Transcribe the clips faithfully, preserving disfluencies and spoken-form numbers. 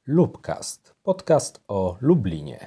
Lubcast, podcast o Lublinie.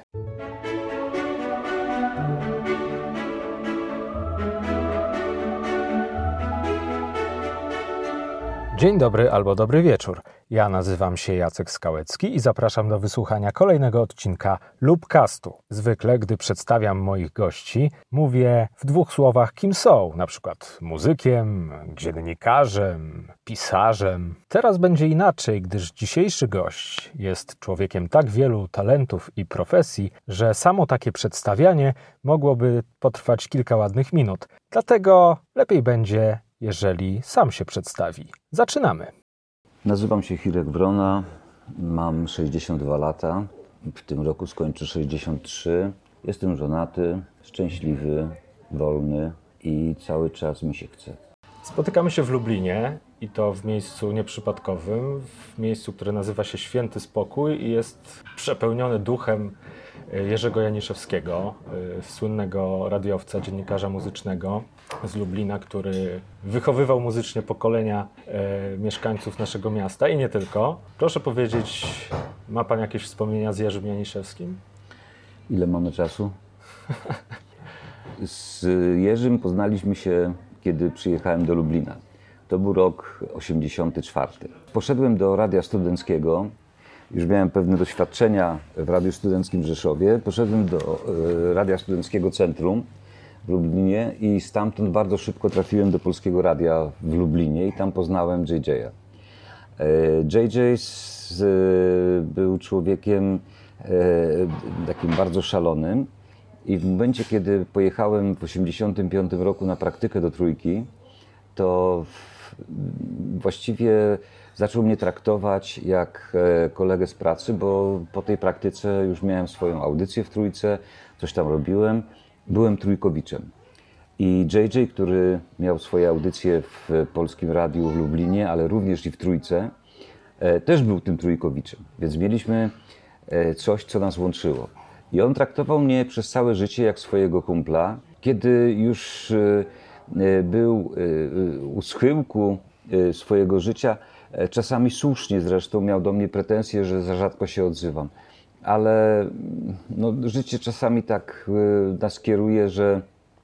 Dzień dobry albo dobry wieczór. Ja nazywam się Jacek Skałecki i zapraszam do wysłuchania kolejnego odcinka Lubcastu. Zwykle, gdy przedstawiam moich gości, mówię w dwóch słowach, kim są, na przykład muzykiem, dziennikarzem, pisarzem. Teraz będzie inaczej, gdyż dzisiejszy gość jest człowiekiem tak wielu talentów i profesji, że samo takie przedstawianie mogłoby potrwać kilka ładnych minut. Dlatego lepiej będzie, jeżeli sam się przedstawi. Zaczynamy. Nazywam się Hirek Wrona, mam sześćdziesiąt dwa lata, w tym roku skończę sześćdziesiąt trzy. Jestem żonaty, szczęśliwy, wolny i cały czas mi się chce. Spotykamy się w Lublinie i to w miejscu nieprzypadkowym, w miejscu, które nazywa się Święty Spokój i jest przepełnione duchem Jerzego Janiszewskiego, słynnego radiowca, dziennikarza muzycznego z Lublina, który wychowywał muzycznie pokolenia e, mieszkańców naszego miasta i nie tylko. Proszę powiedzieć, ma Pan jakieś wspomnienia z Jerzym Janiszewskim? Ile mamy czasu? Z Jerzym poznaliśmy się, kiedy przyjechałem do Lublina. To był rok osiemdziesiąty czwarty. Poszedłem do Radia Studenckiego. Już miałem pewne doświadczenia w Radiu Studenckim w Rzeszowie. Poszedłem do e, Radia Studenckiego Centrum w Lublinie i stamtąd bardzo szybko trafiłem do Polskiego Radia w Lublinie i tam poznałem J J a. J J z, był człowiekiem e, takim bardzo szalonym i w momencie, kiedy pojechałem w osiemdziesiątym piątym roku na praktykę do Trójki, to właściwie zaczął mnie traktować jak kolegę z pracy, bo po tej praktyce już miałem swoją audycję w Trójce, coś tam robiłem. Byłem trójkowiczem. I J J, który miał swoje audycje w Polskim Radiu w Lublinie, ale również i w Trójce, też był tym trójkowiczem. Więc mieliśmy coś, co nas łączyło. I on traktował mnie przez całe życie jak swojego kumpla. Kiedy już był u schyłku swojego życia, czasami słusznie zresztą miał do mnie pretensje, że za rzadko się odzywam. Ale no, życie czasami tak nas kieruje, że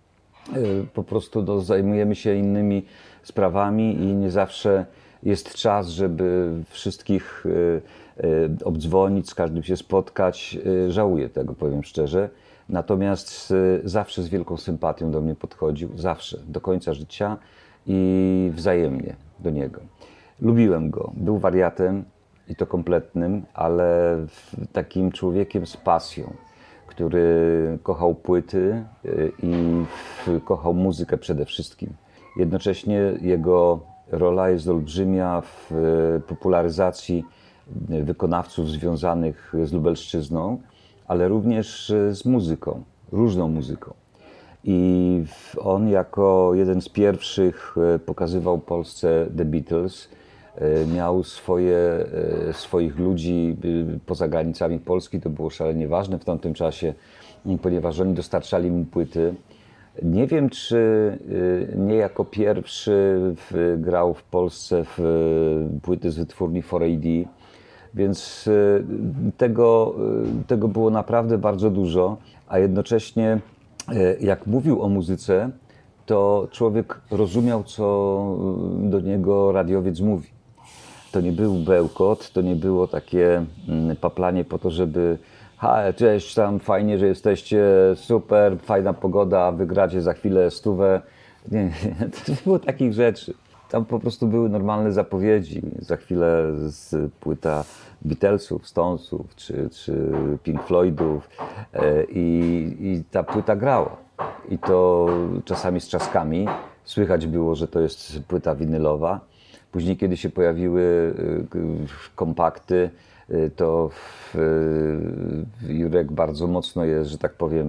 po prostu no, zajmujemy się innymi sprawami i nie zawsze jest czas, żeby wszystkich obdzwonić, z każdym się spotkać. Żałuję tego, powiem szczerze. Natomiast zawsze z wielką sympatią do mnie podchodził, zawsze, do końca życia i wzajemnie do niego. Lubiłem go, był wariatem i to kompletnym, ale takim człowiekiem z pasją, który kochał płyty i kochał muzykę przede wszystkim. Jednocześnie jego rola jest olbrzymia w popularyzacji wykonawców związanych z Lubelszczyzną, ale też z muzyką, różną muzyką. I on jako jeden z pierwszych pokazywał Polsce The Beatles, miał swoje, swoich ludzi poza granicami Polski, to było szalenie ważne w tamtym czasie, ponieważ oni dostarczali mu płyty. Nie wiem, czy nie jako pierwszy grał w Polsce w płyty z wytwórni cztery A D, więc tego, tego było naprawdę bardzo dużo, a jednocześnie jak mówił o muzyce, to człowiek rozumiał, co do niego radiowiec mówi. To nie był bełkot, to nie było takie paplanie po to, żeby ha, cześć, tam fajnie, że jesteście, super, fajna pogoda, wygracie za chwilę stówę. Nie, nie, to nie było takich rzeczy. Tam po prostu były normalne zapowiedzi. Za chwilę z płyta Beatlesów, Stonesów czy, czy Pink Floydów i, i ta płyta grała. I to czasami z trzaskami. Słychać było, że to jest płyta winylowa. Później, kiedy się pojawiły kompakty, to Jurek bardzo mocno je, że tak powiem,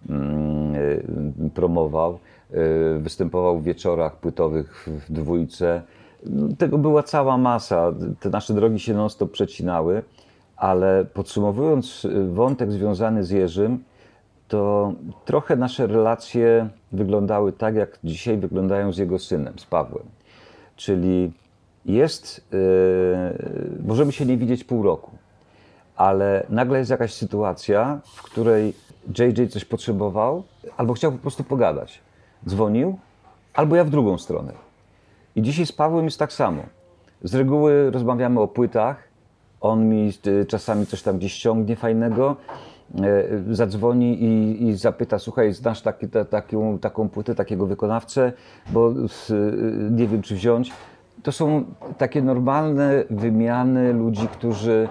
promował. Występował w wieczorach płytowych w Dwójce. Tego była cała masa. Te nasze drogi się non-stop przecinały, ale podsumowując wątek związany z Jerzym, to trochę nasze relacje wyglądały tak, jak dzisiaj wyglądają z jego synem, z Pawłem. Czyli jest, yy, możemy się nie widzieć pół roku, ale nagle jest jakaś sytuacja, w której J J coś potrzebował, albo chciał po prostu pogadać. Dzwonił, albo ja w drugą stronę. I dzisiaj z Pawłem jest tak samo. Z reguły rozmawiamy o płytach, on mi czasami coś tam gdzieś ściągnie fajnego, zadzwoni i, i zapyta, słuchaj, znasz taki, ta, taką, taką płytę, takiego wykonawcę, bo nie wiem, czy wziąć. To są takie normalne wymiany ludzi, którzy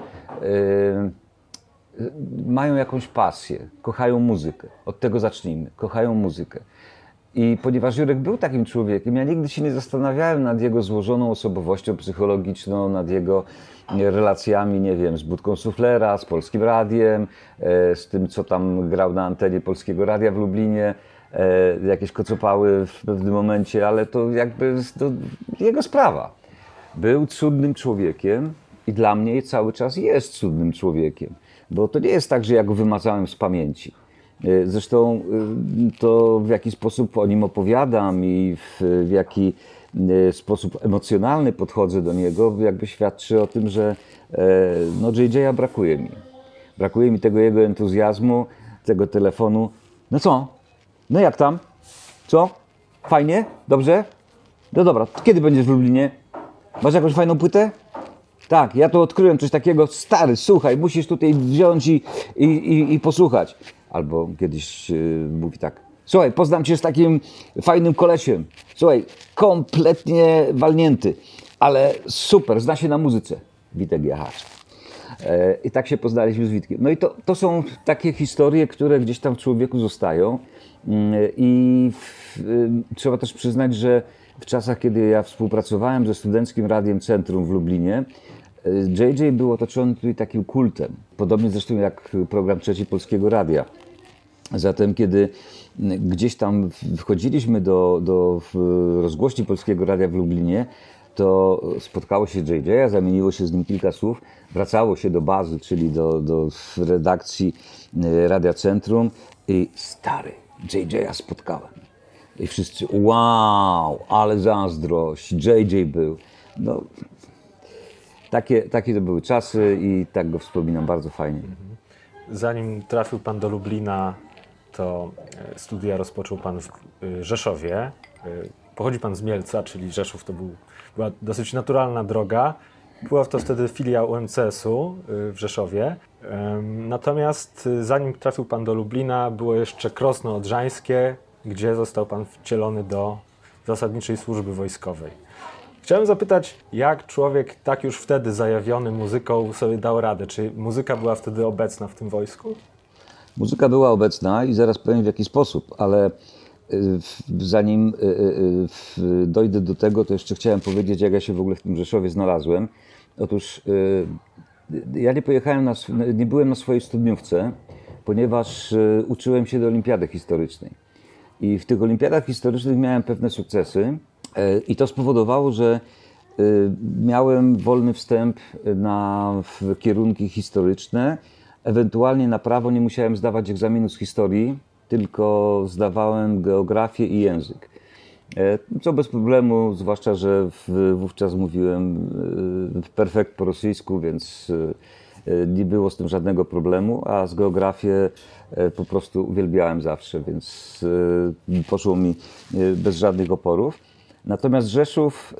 yy, mają jakąś pasję, kochają muzykę. Od tego zacznijmy, kochają muzykę. I ponieważ Jurek był takim człowiekiem, ja nigdy się nie zastanawiałem nad jego złożoną osobowością psychologiczną, nad jego relacjami, nie wiem, z Budką Suflera, z Polskim Radiem, z tym, co tam grał na antenie Polskiego Radia w Lublinie, jakieś kocopały w pewnym momencie, ale to jakby to jego sprawa. Był cudnym człowiekiem i dla mnie cały czas jest cudnym człowiekiem, bo to nie jest tak, że ja go wymazałem z pamięci. Zresztą to, w jaki sposób o nim opowiadam i w, w jaki sposób emocjonalny podchodzę do niego, jakby świadczy o tym, że no, J J a brakuje mi. Brakuje mi tego jego entuzjazmu, tego telefonu. No co? No jak tam? Co? Fajnie? Dobrze? No dobra, kiedy będziesz w Lublinie? Masz jakąś fajną płytę? Tak, ja to odkryłem coś takiego, stary, słuchaj, musisz tutaj wziąć i, i, i, i posłuchać. Albo kiedyś yy, mówi tak, słuchaj, poznam cię z takim fajnym kolesiem. Słuchaj, kompletnie walnięty, ale super, zna się na muzyce. Witek Jachacz. E, I tak się poznaliśmy z Witkiem. No i to, to są takie historie, które gdzieś tam w człowieku zostają. Yy, I w, yy, trzeba też przyznać, że w czasach, kiedy ja współpracowałem ze Studenckim Radiem Centrum w Lublinie, J J był otoczony tutaj takim kultem. Podobnie zresztą jak program Trzeci Polskiego Radia. Zatem, kiedy gdzieś tam wchodziliśmy do, do rozgłośni Polskiego Radia w Lublinie, to spotkało się J J, a zamieniło się z nim kilka słów, wracało się do bazy, czyli do, do redakcji Radia Centrum i stary, J J a spotkałem. I wszyscy, wow, ale zazdrość, J J był. No, takie, takie to były czasy i tak go wspominam bardzo fajnie. Zanim trafił Pan do Lublina, to studia rozpoczął Pan w Rzeszowie. Pochodzi Pan z Mielca, czyli Rzeszów to był, była dosyć naturalna droga. Była to wtedy filia U M C S u w Rzeszowie. Natomiast zanim trafił Pan do Lublina, było jeszcze Krosno Odrzańskie, gdzie został Pan wcielony do zasadniczej służby wojskowej. Chciałem zapytać, jak człowiek tak już wtedy zajawiony muzyką sobie dał radę? Czy muzyka była wtedy obecna w tym wojsku? Muzyka była obecna i zaraz powiem w jaki sposób, ale zanim dojdę do tego, to jeszcze chciałem powiedzieć, jak ja się w ogóle w tym Rzeszowie znalazłem. Otóż ja nie pojechałem, na, nie byłem na swojej studniówce, ponieważ uczyłem się do olimpiady historycznej. I w tych olimpiadach historycznych miałem pewne sukcesy i to spowodowało, że miałem wolny wstęp na kierunki historyczne. Ewentualnie na prawo nie musiałem zdawać egzaminu z historii, tylko zdawałem geografię i język. Co bez problemu, zwłaszcza, że wówczas mówiłem perfekt po rosyjsku, więc nie było z tym żadnego problemu, a z geografię po prostu uwielbiałem zawsze, więc poszło mi bez żadnych oporów. Natomiast Rzeszów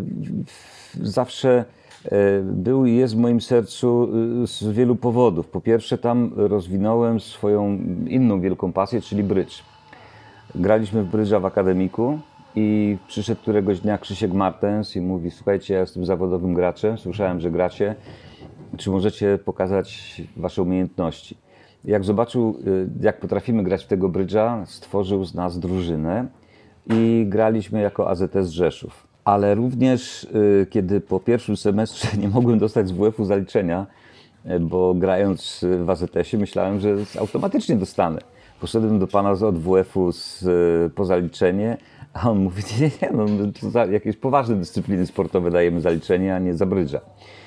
zawsze był i jest w moim sercu z wielu powodów. Po pierwsze, tam rozwinąłem swoją inną wielką pasję, czyli brydż. Graliśmy w brydża w akademiku i przyszedł któregoś dnia Krzysiek Martens i mówi: słuchajcie, ja jestem zawodowym graczem, słyszałem, że gracie, czy możecie pokazać wasze umiejętności? Jak zobaczył, jak potrafimy grać w tego brydża, stworzył z nas drużynę i graliśmy jako A Z S Rzeszów. Ale również, kiedy po pierwszym semestrze nie mogłem dostać z W F u zaliczenia, bo grając w A Z S ie myślałem, że automatycznie dostanę. Poszedłem do pana od W F u z, po zaliczenie, a on mówi: nie, nie, no, to za jakieś poważne dyscypliny sportowe dajemy zaliczenie, a nie za brydża.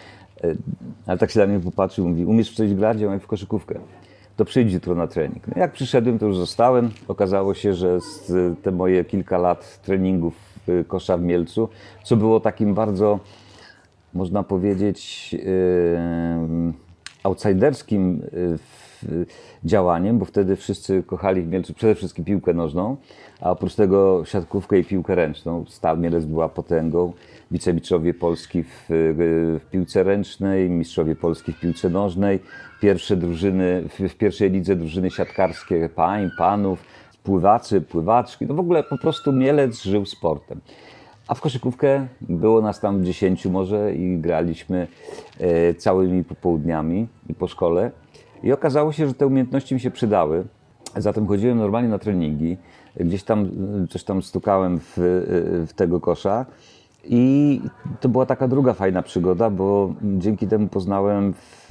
Ale tak się na mnie popatrzył i mówi: umiesz w coś grać? Ja mówię: w koszykówkę. To przyjdź jutro na trening. No jak przyszedłem, to już zostałem. Okazało się, że te moje kilka lat treningów kosza w Mielcu, co było takim bardzo, można powiedzieć, yy, outsiderskim działaniem, bo wtedy wszyscy kochali w Mielcu przede wszystkim piłkę nożną, a oprócz tego siatkówkę i piłkę ręczną. Stal Mielec była potęgą, wicemistrzowie Polski w, w piłce ręcznej, mistrzowie Polski w piłce nożnej, pierwsze drużyny, w, w pierwszej lidze drużyny siatkarskie pań, panów, pływacy, pływaczki, no w ogóle po prostu Mielec żył sportem. A w koszykówkę było nas tam dziesięciu może i graliśmy e, całymi popołudniami i po szkole. I okazało się, że te umiejętności mi się przydały. Zatem chodziłem normalnie na treningi. Gdzieś tam coś tam stukałem w, w tego kosza. I to była taka druga fajna przygoda, bo dzięki temu poznałem w,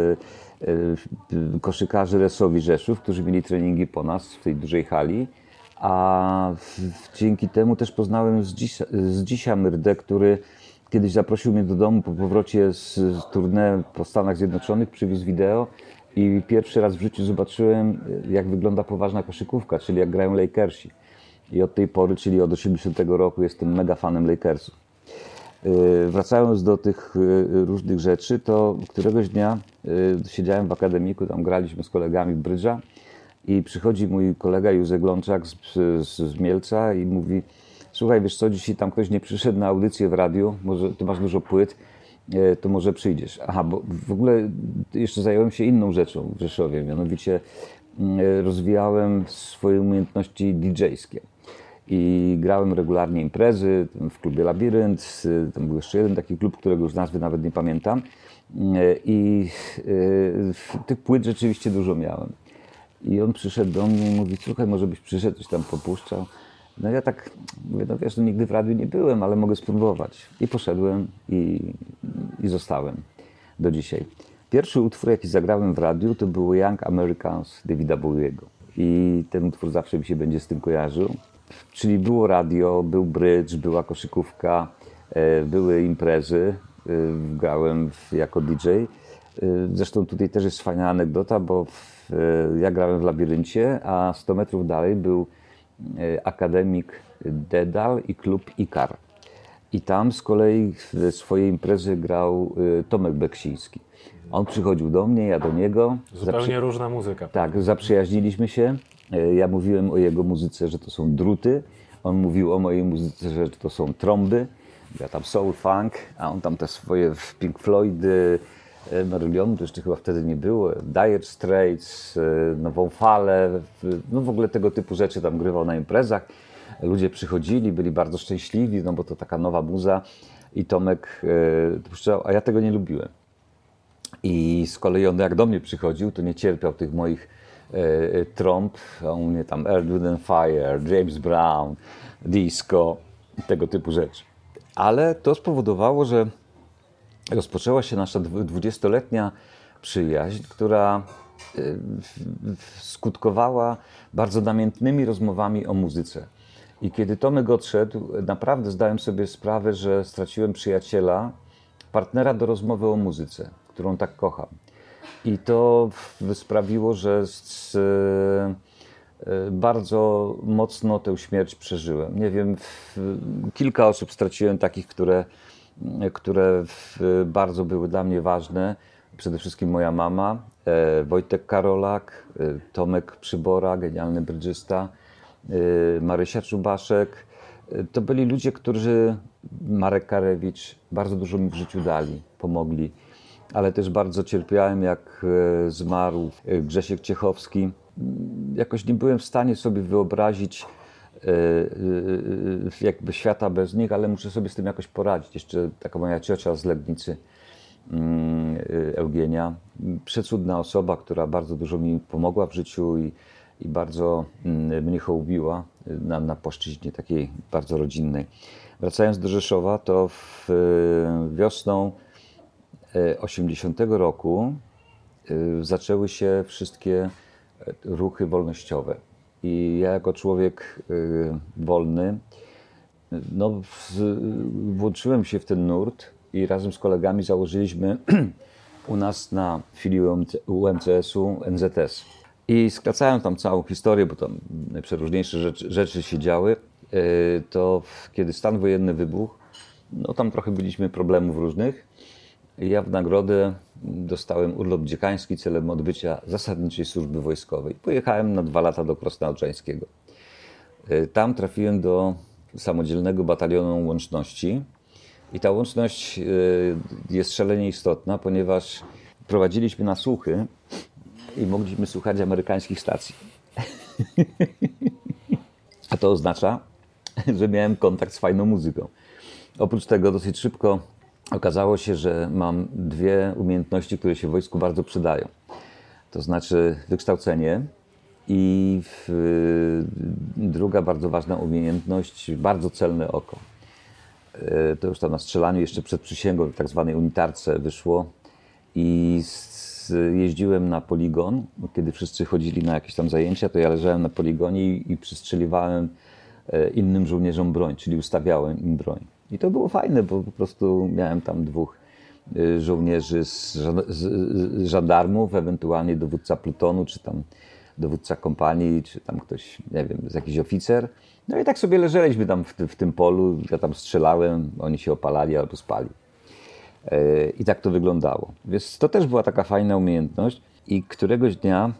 w koszykarzy Resowi Rzeszów, którzy mieli treningi po nas w tej dużej hali. A w, dzięki temu też poznałem Zdzisia, Zdzisia Myrdę, który kiedyś zaprosił mnie do domu po powrocie z, z tournée po Stanach Zjednoczonych, przywiózł wideo i pierwszy raz w życiu zobaczyłem, jak wygląda poważna koszykówka, czyli jak grają Lakersi. I od tej pory, czyli od osiemdziesiątego roku, jestem mega fanem Lakersów. Yy, wracając do tych yy, różnych rzeczy, to któregoś dnia yy, siedziałem w akademiku, tam graliśmy z kolegami w brydża. I przychodzi mój kolega Józef Glączak z, z, z Mielca i mówi: słuchaj, wiesz co, dzisiaj tam ktoś nie przyszedł na audycję w radiu, może ty masz dużo płyt, to może przyjdziesz. Aha, bo w ogóle jeszcze zająłem się inną rzeczą w Rzeszowie, mianowicie rozwijałem swoje umiejętności didżejskie. I grałem regularnie imprezy w klubie Labirynt, tam był jeszcze jeden taki klub, którego już nazwy nawet nie pamiętam. I tych płyt rzeczywiście dużo miałem. I on przyszedł do mnie i mówi: słuchaj, może byś przyszedł, coś tam popuszczał. No ja tak mówię: no wiesz, no nigdy w radiu nie byłem, ale mogę spróbować. I poszedłem i, i zostałem do dzisiaj. Pierwszy utwór, jaki zagrałem w radiu, to był Young Americans Davida Bowiego. I ten utwór zawsze mi się będzie z tym kojarzył. Czyli było radio, był brydż, była koszykówka, były imprezy. Grałem jako D J. Zresztą tutaj też jest fajna anegdota, bo w, ja grałem w Labiryncie, a sto metrów dalej był akademik Dedal i klub Ikar. I tam z kolei w swojej imprezy grał Tomek Beksiński. On przychodził do mnie, ja do niego. Zupełnie Zaprzy... różna muzyka. Tak, zaprzyjaźniliśmy się. Ja mówiłem o jego muzyce, że to są druty. On mówił o mojej muzyce, że to są trąby. Ja tam soul, funk, a on tam te swoje Pink Floydy, Marillion, to jeszcze chyba wtedy nie było, Dire Straits, Nową Falę, no w ogóle tego typu rzeczy tam grywał na imprezach. Ludzie przychodzili, byli bardzo szczęśliwi, no bo to taka nowa muza i Tomek puszczał, a ja tego nie lubiłem. I z kolei on jak do mnie przychodził, to nie cierpiał tych moich e, trąb, a u mnie tam Earth, Wind and Fire, James Brown, disco, tego typu rzeczy. Ale to spowodowało, że rozpoczęła się nasza dwudziestoletnia przyjaźń, która skutkowała bardzo namiętnymi rozmowami o muzyce. I kiedy Tomek odszedł, naprawdę zdałem sobie sprawę, że straciłem przyjaciela, partnera do rozmowy o muzyce, którą tak kocham. I to sprawiło, że z, bardzo mocno tę śmierć przeżyłem. Nie wiem, kilka osób straciłem takich, które które bardzo były dla mnie ważne. Przede wszystkim moja mama, Wojtek Karolak, Tomek Przybora, genialny brydżysta, Marysia Czubaszek. To byli ludzie, którzy, Marek Karewicz, bardzo dużo mi w życiu dali, pomogli. Ale też bardzo cierpiałem, jak zmarł Grzesiek Ciechowski. Jakoś nie byłem w stanie sobie wyobrazić jakby świata bez nich, ale muszę sobie z tym jakoś poradzić. Jeszcze taka moja ciocia z Legnicy, Eugenia, przecudna osoba, która bardzo dużo mi pomogła w życiu i, i bardzo mnie hołbiła na, na płaszczyźnie takiej bardzo rodzinnej. Wracając do Rzeszowa, to w wiosną osiemdziesiątego roku zaczęły się wszystkie ruchy wolnościowe. I ja jako człowiek y, wolny, no, w, włączyłem się w ten nurt i razem z kolegami założyliśmy u nas na filii U M C S-u N Z S. I skracając tam całą historię, bo tam najprzeróżniejsze rzeczy, rzeczy się działy, y, to kiedy stan wojenny wybuchł, no tam trochę byliśmy problemów różnych Ja w nagrodę dostałem urlop dziekański celem odbycia zasadniczej służby wojskowej. Pojechałem na dwa lata do Krosna Odrzańskiego. Tam trafiłem do samodzielnego batalionu łączności i ta łączność jest szalenie istotna, ponieważ prowadziliśmy nasłuchy i mogliśmy słuchać amerykańskich stacji. A to oznacza, że miałem kontakt z fajną muzyką. Oprócz tego dosyć szybko okazało się, że mam dwie umiejętności, które się w wojsku bardzo przydają. To znaczy wykształcenie i w, druga bardzo ważna umiejętność, bardzo celne oko. To już tam na strzelaniu jeszcze przed przysięgą, tak zwanej unitarce wyszło i z, jeździłem na poligon. Kiedy wszyscy chodzili na jakieś tam zajęcia, to ja leżałem na poligonie i, i przystrzeliwałem innym żołnierzom broń, czyli ustawiałem im broń. I to było fajne, bo po prostu miałem tam dwóch żołnierzy z, z żandarmów, ewentualnie dowódca plutonu, czy tam dowódca kompanii, czy tam ktoś, nie wiem, jakiś oficer. No i tak sobie leżeliśmy tam w, w tym polu, ja tam strzelałem, oni się opalali albo spali. I tak to wyglądało. Więc to też była taka fajna umiejętność i któregoś dnia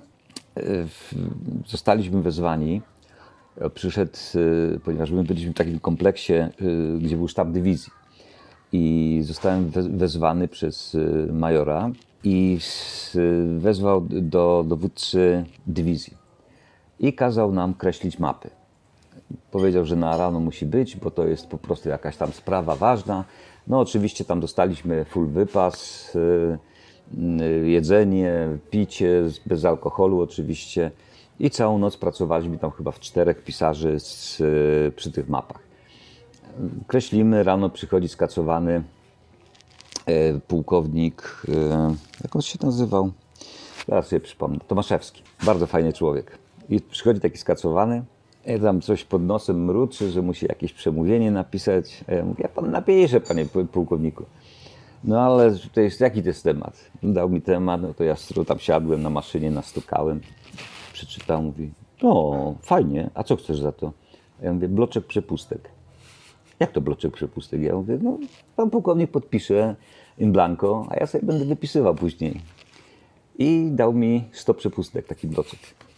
zostaliśmy wezwani. Przyszedł, ponieważ my byliśmy w takim kompleksie, gdzie był sztab dywizji i zostałem wezwany przez majora i wezwał do dowódcy dywizji i kazał nam kreślić mapy. Powiedział, że na rano musi być, bo to jest po prostu jakaś tam sprawa ważna. No oczywiście tam dostaliśmy full wypas, jedzenie, picie, bez alkoholu oczywiście. I całą noc pracowaliśmy tam chyba w czterech pisarzy z, przy tych mapach. Kreślimy, rano przychodzi skacowany e, pułkownik, e, jak on się nazywał? Zaraz sobie przypomnę, Tomaszewski, bardzo fajny człowiek. I przychodzi taki skacowany, ja tam coś pod nosem mruczy, że musi jakieś przemówienie napisać. A ja mówię, ja pan napisze, panie pułkowniku. No ale to jest, jaki to jest temat? Dał mi temat, no to ja tam siadłem na maszynie, nastukałem. Przeczytał, mówi, no fajnie, a co chcesz za to? A ja mówię, bloczek przepustek. Jak to bloczek przepustek? Ja mówię, no pan pułkownik podpisze in blanco, a ja sobie będę wypisywał później. I dał mi sto przepustek, taki bloczek.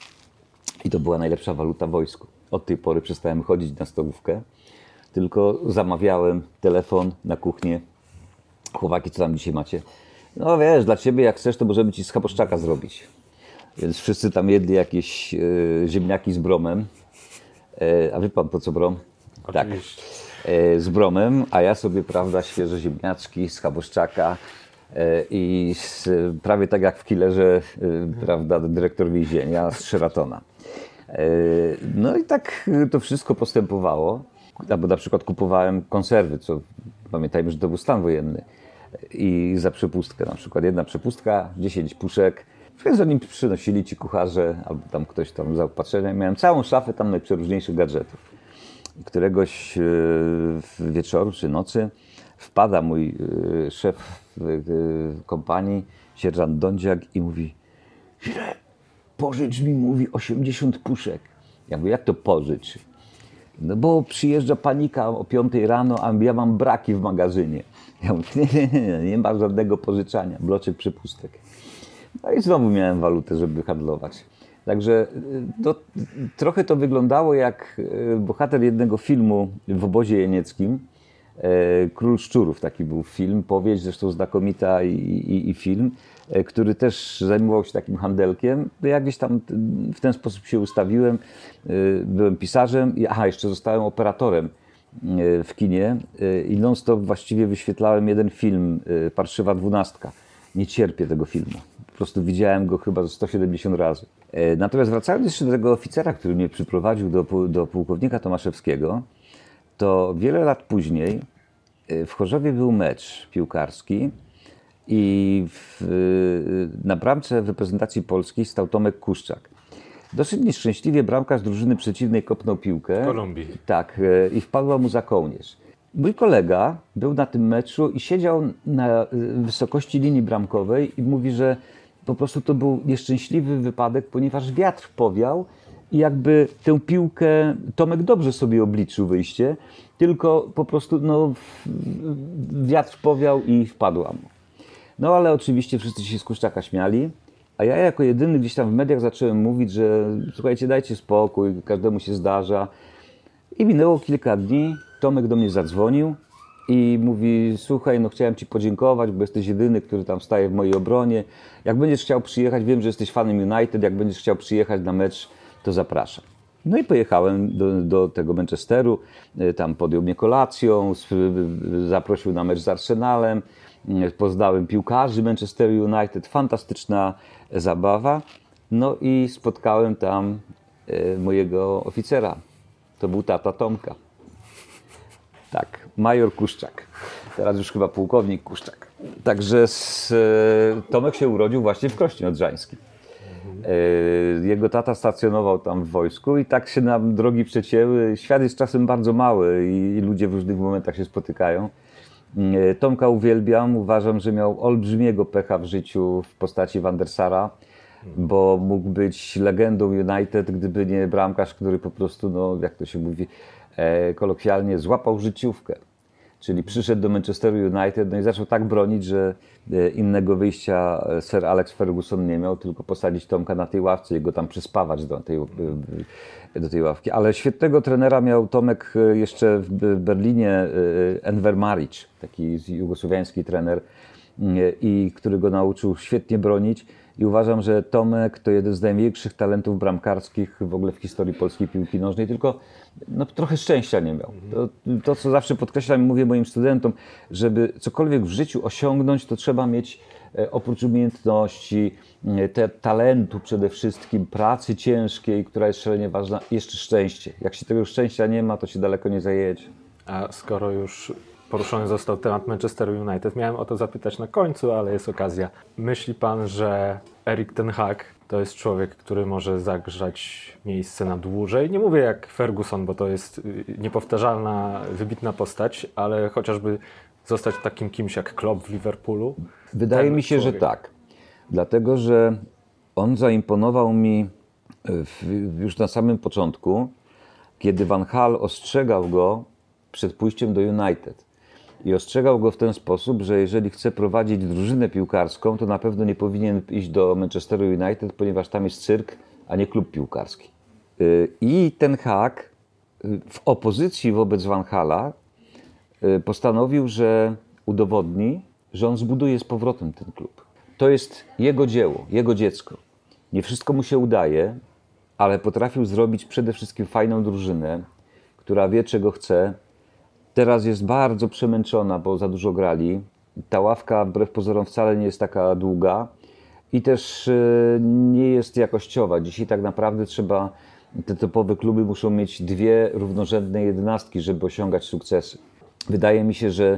I to była najlepsza waluta w wojsku. Od tej pory przestałem chodzić na stołówkę, tylko zamawiałem telefon na kuchnię. Chłopaki, co tam dzisiaj macie? No wiesz, dla ciebie jak chcesz, to możemy ci z chaboszczaka zrobić. Więc wszyscy tam jedli jakieś e, ziemniaki z bromem. E, a wie pan po co brom? Oczywiście. Tak. E, z bromem, a ja sobie, prawda, świeże ziemniaczki z chaboszczaka e, i z, prawie tak jak w killerze, e, prawda, dyrektor więzienia z Sheratona. E, no i tak to wszystko postępowało. Albo na przykład kupowałem konserwy, co pamiętajmy, że to był stan wojenny. I za przepustkę na przykład. Jedna przepustka, dziesięć puszek. Więc oni przynosili ci kucharze, albo tam ktoś tam zaopatrzenia. Miałem całą szafę tam najprzeróżniejszych gadżetów. Któregoś wieczoru czy nocy wpada mój szef kompanii, sierżant Dądziak i mówi, ile? Pożycz mi, mówi, osiemdziesiąt puszek. Ja mówię, jak to pożycz? No bo przyjeżdża panika o piątej rano, a ja mam braki w magazynie. Ja mówię, nie, nie, nie, nie ma żadnego pożyczania, bloczek przepustek. No i znowu miałem walutę, żeby handlować. Także to, trochę to wyglądało jak bohater jednego filmu w obozie jenieckim. Król Szczurów, taki był film, powieść zresztą znakomita i, i, i film, który też zajmował się takim handelkiem. Ja gdzieś tam w ten sposób się ustawiłem. Byłem pisarzem i aha, jeszcze zostałem operatorem w kinie i non-stop właściwie wyświetlałem jeden film, Parszywa dwunastka. Nie cierpię tego filmu. Po prostu widziałem go chyba sto siedemdziesiąt razy. Natomiast wracając jeszcze do tego oficera, który mnie przyprowadził do, do pułkownika Tomaszewskiego, to wiele lat później w Chorzowie był mecz piłkarski i w, na bramce w reprezentacji polskiej stał Tomek Kuszczak. Dosyć nieszczęśliwie bramkarz drużyny przeciwnej kopnął piłkę. Kolumbii. Tak, i wpadła mu za kołnierz. Mój kolega był na tym meczu i siedział na wysokości linii bramkowej i mówi, że po prostu to był nieszczęśliwy wypadek, ponieważ wiatr powiał i jakby tę piłkę Tomek dobrze sobie obliczył wyjście, tylko po prostu no, wiatr powiał i wpadła mu. No ale oczywiście wszyscy się z Kuszczaka śmiali, a ja jako jedyny gdzieś tam w mediach zacząłem mówić, że słuchajcie, dajcie spokój, każdemu się zdarza. I minęło kilka dni, Tomek do mnie zadzwonił i mówi, słuchaj, no chciałem ci podziękować, bo jesteś jedyny, który tam staje w mojej obronie. Jak będziesz chciał przyjechać, wiem, że jesteś fanem United, jak będziesz chciał przyjechać na mecz, to zapraszam. No i pojechałem do, do tego Manchesteru, tam podjął mnie kolacją, zaprosił na mecz z Arsenalem, poznałem piłkarzy Manchester United, fantastyczna zabawa. No i spotkałem tam mojego oficera, to był tata Tomka. Tak, major Kuszczak, teraz już chyba pułkownik Kuszczak. Także z, Tomek się urodził właśnie w Krośnie Odrzańskim. Jego tata stacjonował tam w wojsku i tak się nam drogi przecięły. Świat jest czasem bardzo mały i ludzie w różnych momentach się spotykają. Tomka uwielbiam, uważam, że miał olbrzymiego pecha w życiu w postaci Van der Sara, bo mógł być legendą United, gdyby nie bramkarz, który po prostu, no jak to się mówi kolokwialnie, złapał życiówkę. Czyli przyszedł do Manchesteru United, no i zaczął tak bronić, że innego wyjścia Sir Alex Ferguson nie miał, tylko posadzić Tomka na tej ławce i go tam przyspawać do tej, do tej ławki. Ale świetnego trenera miał Tomek jeszcze w Berlinie, Enver Marić, taki jugosłowiański trener, i który go nauczył świetnie bronić. I uważam, że Tomek to jeden z największych talentów bramkarskich w ogóle w historii polskiej piłki nożnej, tylko no, trochę szczęścia nie miał. To, to, co zawsze podkreślam i mówię moim studentom, żeby cokolwiek w życiu osiągnąć, to trzeba mieć oprócz umiejętności, te, talentu przede wszystkim, pracy ciężkiej, która jest szalenie ważna, jeszcze szczęście. Jak się tego szczęścia nie ma, to się daleko nie zajedzie. A skoro już poruszony został temat Manchester United, miałem o to zapytać na końcu, ale jest okazja. Myśli pan, że Erik ten Hag to jest człowiek, który może zagrzać miejsce na dłużej? Nie mówię jak Ferguson, bo to jest niepowtarzalna, wybitna postać, ale chociażby zostać takim kimś jak Klopp w Liverpoolu? Wydaje mi się, człowiek. że tak. Dlatego, że on zaimponował mi w, już na samym początku, kiedy Van Gaal ostrzegał go przed pójściem do United. I ostrzegał go w ten sposób, że jeżeli chce prowadzić drużynę piłkarską, to na pewno nie powinien iść do Manchesteru United, ponieważ tam jest cyrk, a nie klub piłkarski. I ten Hag w opozycji wobec Van Gaala postanowił, że udowodni, że on zbuduje z powrotem ten klub. To jest jego dzieło, jego dziecko. Nie wszystko mu się udaje, ale potrafił zrobić przede wszystkim fajną drużynę, która wie, czego chce. Teraz jest bardzo przemęczona, bo za dużo grali. Ta ławka wbrew pozorom wcale nie jest taka długa i też nie jest jakościowa. Dzisiaj tak naprawdę trzeba, te topowe kluby muszą mieć dwie równorzędne jedenastki, żeby osiągać sukcesy. Wydaje mi się, że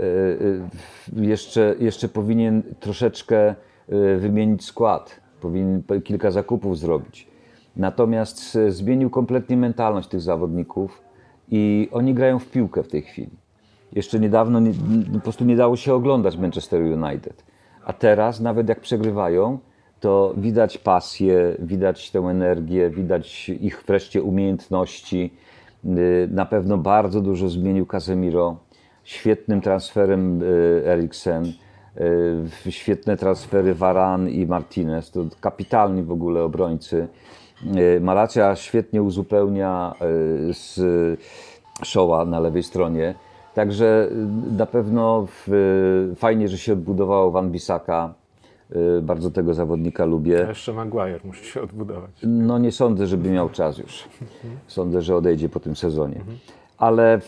jeszcze, jeszcze powinien troszeczkę wymienić skład, powinien kilka zakupów zrobić. Natomiast zmienił kompletnie mentalność tych zawodników i oni grają w piłkę w tej chwili. Jeszcze niedawno nie, po prostu nie dało się oglądać Manchester United. A teraz, nawet jak przegrywają, to widać pasję, widać tę energię, widać ich wreszcie umiejętności. Na pewno bardzo dużo zmienił Casemiro. Świetnym transferem Eriksen. Świetne transfery Varane i Martinez. To kapitalni w ogóle obrońcy. Malacia świetnie uzupełnia z Shaw'a na lewej stronie. Także na pewno w, fajnie, że się odbudowało Wan-Bissaka. Bardzo tego zawodnika lubię. A jeszcze Maguire musi się odbudować. No nie sądzę, żeby miał czas już. Sądzę, że odejdzie po tym sezonie. Ale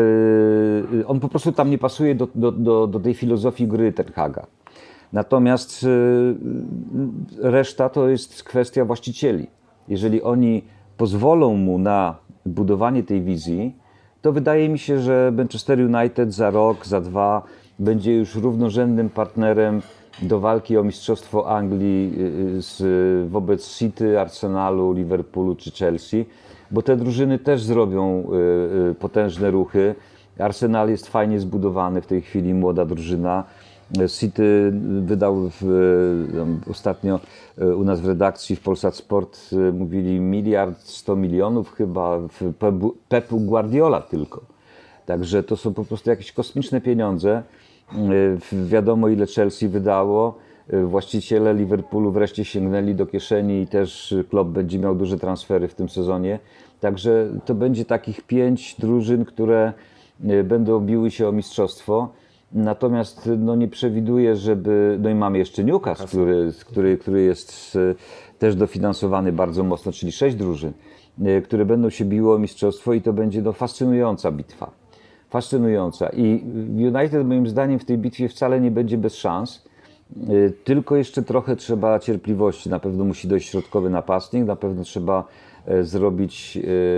w, on po prostu tam nie pasuje do, do, do, do tej filozofii gry Ten Haga. Natomiast reszta to jest kwestia właścicieli. Jeżeli oni pozwolą mu na budowanie tej wizji, to wydaje mi się, że Manchester United za rok, za dwa będzie już równorzędnym partnerem do walki o mistrzostwo Anglii z, wobec City, Arsenalu, Liverpoolu czy Chelsea, bo te drużyny też zrobią potężne ruchy. Arsenal jest fajnie zbudowany w tej chwili, młoda drużyna. City wydał w, ostatnio u nas w redakcji w Polsat Sport mówili miliard sto milionów chyba w Pepu Guardiola tylko. Także to są po prostu jakieś kosmiczne pieniądze Wiadomo, ile Chelsea wydało. Właściciele Liverpoolu wreszcie sięgnęli do kieszeni i też Klopp będzie miał duże transfery w tym sezonie. Także to będzie takich pięć drużyn, które będą biły się o mistrzostwo. Natomiast no, nie przewiduję, żeby... No i mamy jeszcze Newcastle, który, który, który jest też dofinansowany bardzo mocno, czyli sześć drużyn, które będą się biły o mistrzostwo i to będzie no, fascynująca bitwa. Fascynująca. I United moim zdaniem w tej bitwie wcale nie będzie bez szans. Tylko jeszcze trochę trzeba cierpliwości. Na pewno musi dojść środkowy napastnik, na pewno trzeba zrobić,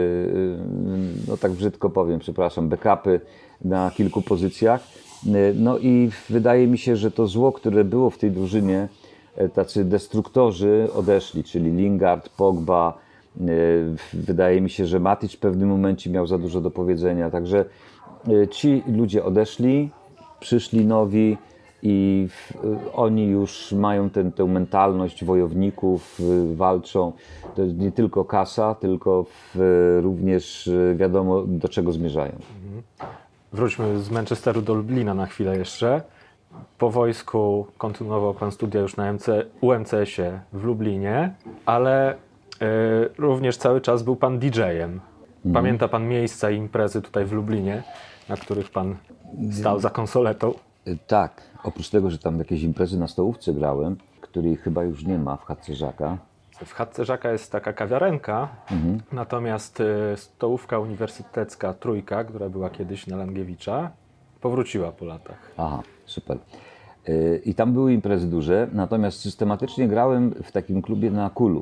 no tak brzydko powiem, przepraszam, backupy na kilku pozycjach. No i wydaje mi się, że to zło, które było w tej drużynie, tacy destruktorzy odeszli, czyli Lingard, Pogba. Wydaje mi się, że Matic w pewnym momencie miał za dużo do powiedzenia. Także ci ludzie odeszli, przyszli nowi i oni już mają ten, tę mentalność wojowników, walczą. To jest nie tylko kasa, tylko również wiadomo, do czego zmierzają. Wróćmy z Manchesteru do Lublina na chwilę jeszcze. Po wojsku kontynuował Pan studia już na M C, U M C S-ie w Lublinie, ale y, również cały czas był Pan D J-em. Pamięta Pan miejsca i imprezy tutaj w Lublinie, na których Pan stał za konsoletą? Tak, oprócz tego, że tam jakieś imprezy na stołówce grałem, której chyba już nie ma w chatce Żaka. W chatce Żaka jest taka kawiarenka, mhm. natomiast y, stołówka uniwersytecka Trójka, która była kiedyś na Langiewicza, powróciła po latach. Aha, super. Yy, I tam były imprezy duże, natomiast systematycznie grałem w takim klubie na Kulu.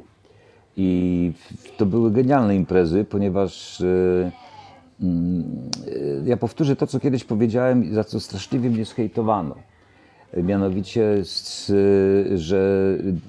I to były genialne imprezy, ponieważ yy, yy, ja powtórzę to, co kiedyś powiedziałem i za co straszliwie mnie zhejtowano. Mianowicie, że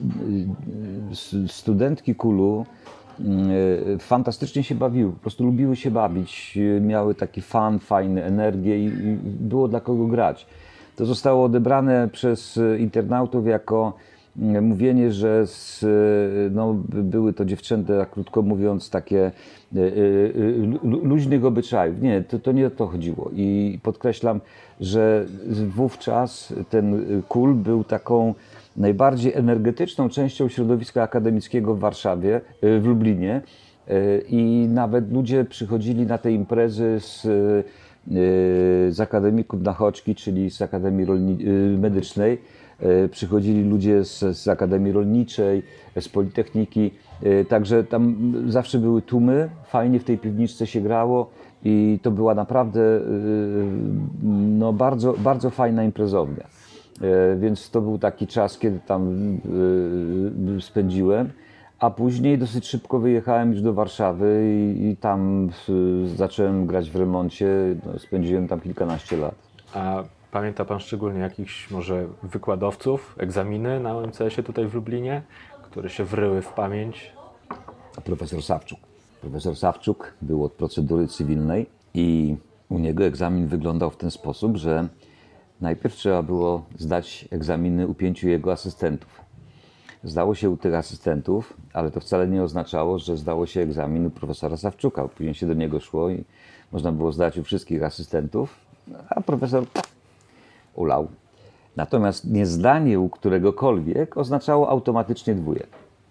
studentki Kulu fantastycznie się bawiły, po prostu lubiły się bawić, miały taki fan, fajne energię i było dla kogo grać. To zostało odebrane przez internautów jako mówienie, że z, no, były to dziewczęta, krótko mówiąc, takie luźnych obyczajów. Nie, to, to nie o to chodziło. I podkreślam, że wówczas ten Kul był taką najbardziej energetyczną częścią środowiska akademickiego w Warszawie, w Lublinie. I nawet ludzie przychodzili na te imprezy z, z akademików Nachoczki, czyli z Akademii Rolni- Medycznej. Przychodzili ludzie z, z Akademii Rolniczej, z Politechniki, także tam zawsze były tłumy, fajnie w tej piwniczce się grało i to była naprawdę no, bardzo, bardzo fajna imprezownia. Więc to był taki czas, kiedy tam spędziłem, a później dosyć szybko wyjechałem już do Warszawy i, i tam zacząłem grać w remoncie, no, spędziłem tam kilkanaście lat. A pamięta Pan szczególnie jakichś może wykładowców, egzaminy na U M C S-ie tutaj w Lublinie, które się wryły w pamięć? A profesor Sawczuk. Profesor Sawczuk był od procedury cywilnej i u niego egzamin wyglądał w ten sposób, że najpierw trzeba było zdać egzaminy u pięciu jego asystentów. Zdało się u tych asystentów, ale to wcale nie oznaczało, że zdało się egzamin u profesora Sawczuka. Później się do niego szło i można było zdać u wszystkich asystentów, a profesor ulał. Natomiast niezdanie u któregokolwiek oznaczało automatycznie dwójek.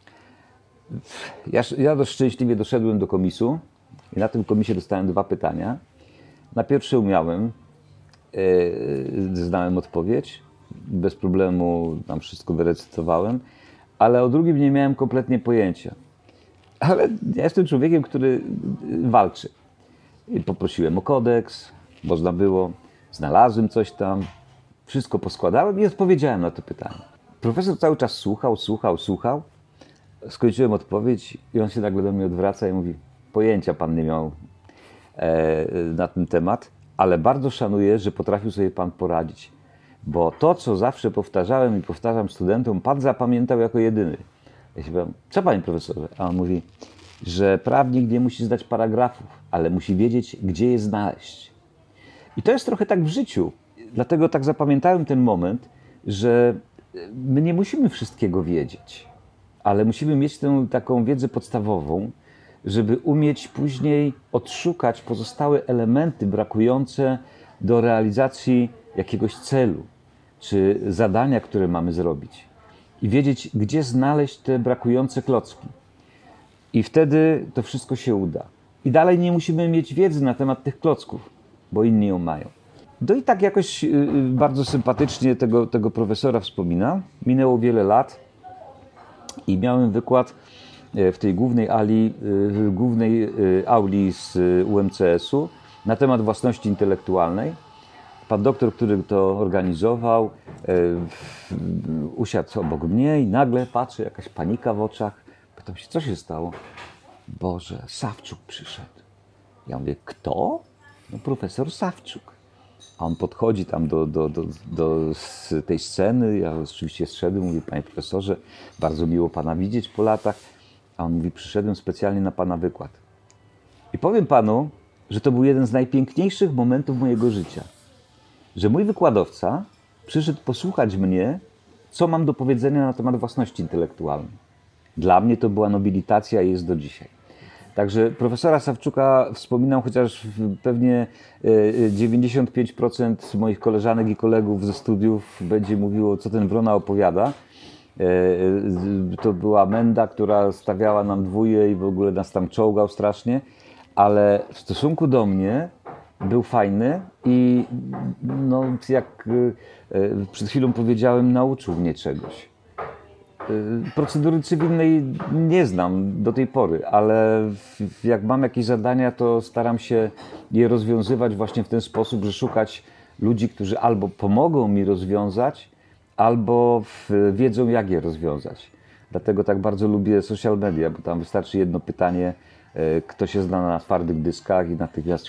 Ja, ja dość szczęśliwie doszedłem do komisu i na tym komisie dostałem dwa pytania. Na pierwsze umiałem, yy, znałem odpowiedź, bez problemu tam wszystko wyrecytowałem, ale o drugim nie miałem kompletnie pojęcia. Ale ja jestem człowiekiem, który walczy. I poprosiłem o kodeks, można było, znalazłem coś tam, wszystko poskładałem i odpowiedziałem na to pytanie. Profesor cały czas słuchał, słuchał, słuchał. Skończyłem odpowiedź i on się nagle do mnie odwraca i mówi: pojęcia pan nie miał e, na ten temat, ale bardzo szanuję, że potrafił sobie pan poradzić. Bo to, co zawsze powtarzałem i powtarzam studentom, pan zapamiętał jako jedyny. Ja się powiem: co panie profesorze? A on mówi, że prawnik nie musi zdać paragrafów, ale musi wiedzieć, gdzie je znaleźć. I to jest trochę tak w życiu. Dlatego tak zapamiętałem ten moment, że my nie musimy wszystkiego wiedzieć, ale musimy mieć tę taką wiedzę podstawową, żeby umieć później odszukać pozostałe elementy brakujące do realizacji jakiegoś celu, czy zadania, które mamy zrobić i wiedzieć, gdzie znaleźć te brakujące klocki. I wtedy to wszystko się uda. I dalej nie musimy mieć wiedzy na temat tych klocków, bo inni ją mają. No i tak jakoś bardzo sympatycznie tego, tego profesora wspomina. Minęło wiele lat i miałem wykład w tej głównej, ali, w głównej auli z U M C S-u na temat własności intelektualnej. Pan doktor, który to organizował, usiadł obok mnie i nagle patrzy, jakaś panika w oczach. Pytam się, co się stało? Boże, Sawczuk przyszedł. Ja mówię, kto? No profesor Sawczuk. A on podchodzi tam do, do, do, do tej sceny. Ja oczywiście zszedłem, mówię, panie profesorze, bardzo miło pana widzieć po latach. A on mówi, przyszedłem specjalnie na pana wykład. I powiem panu, że to był jeden z najpiękniejszych momentów mojego życia. Że mój wykładowca przyszedł posłuchać mnie, co mam do powiedzenia na temat własności intelektualnej. Dla mnie to była nobilitacja i jest do dzisiaj. Także profesora Sawczuka wspominam, chociaż pewnie dziewięćdziesiąt pięć procent moich koleżanek i kolegów ze studiów będzie mówiło, co ten Wrona opowiada. To była menda, która stawiała nam dwóje i w ogóle nas tam czołgał strasznie, ale w stosunku do mnie był fajny i no, jak przed chwilą powiedziałem, nauczył mnie czegoś. Procedury cywilnej nie znam do tej pory, ale jak mam jakieś zadania, to staram się je rozwiązywać właśnie w ten sposób, że szukać ludzi, którzy albo pomogą mi rozwiązać, albo wiedzą, jak je rozwiązać. Dlatego tak bardzo lubię social media, bo tam wystarczy jedno pytanie, kto się zna na twardych dyskach i natychmiast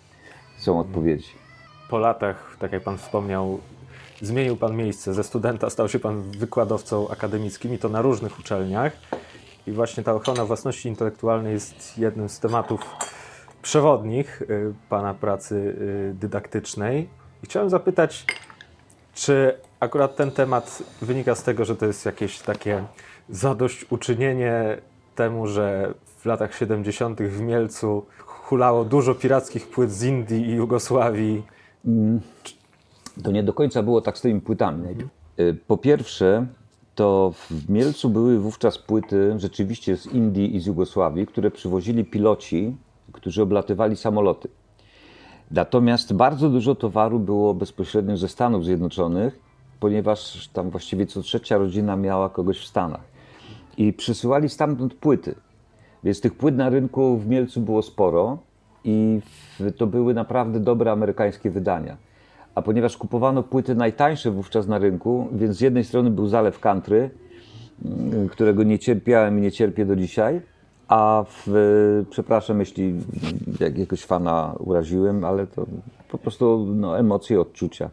są odpowiedzi. Po latach, tak jak pan wspomniał, zmienił pan miejsce. Ze studenta stał się pan wykładowcą akademickim i to na różnych uczelniach. I właśnie ta ochrona własności intelektualnej jest jednym z tematów przewodnich pana pracy dydaktycznej. I chciałem zapytać, czy akurat ten temat wynika z tego, że to jest jakieś takie zadośćuczynienie temu, że w latach siedemdziesiątych w Mielcu hulało dużo pirackich płyt z Indii i Jugosławii? Mm. To nie do końca było tak z tymi płytami. Po pierwsze, to w Mielcu były wówczas płyty rzeczywiście z Indii i z Jugosławii, które przywozili piloci, którzy oblatywali samoloty. Natomiast bardzo dużo towaru było bezpośrednio ze Stanów Zjednoczonych, ponieważ tam właściwie co trzecia rodzina miała kogoś w Stanach. I przysyłali stamtąd płyty. Więc tych płyt na rynku w Mielcu było sporo i to były naprawdę dobre amerykańskie wydania. A ponieważ kupowano płyty najtańsze wówczas na rynku, więc z jednej strony był zalew country, którego nie cierpiałem i nie cierpię do dzisiaj, a w, przepraszam, jeśli jakiegoś fana uraziłem, ale to po prostu no, emocje, odczucia.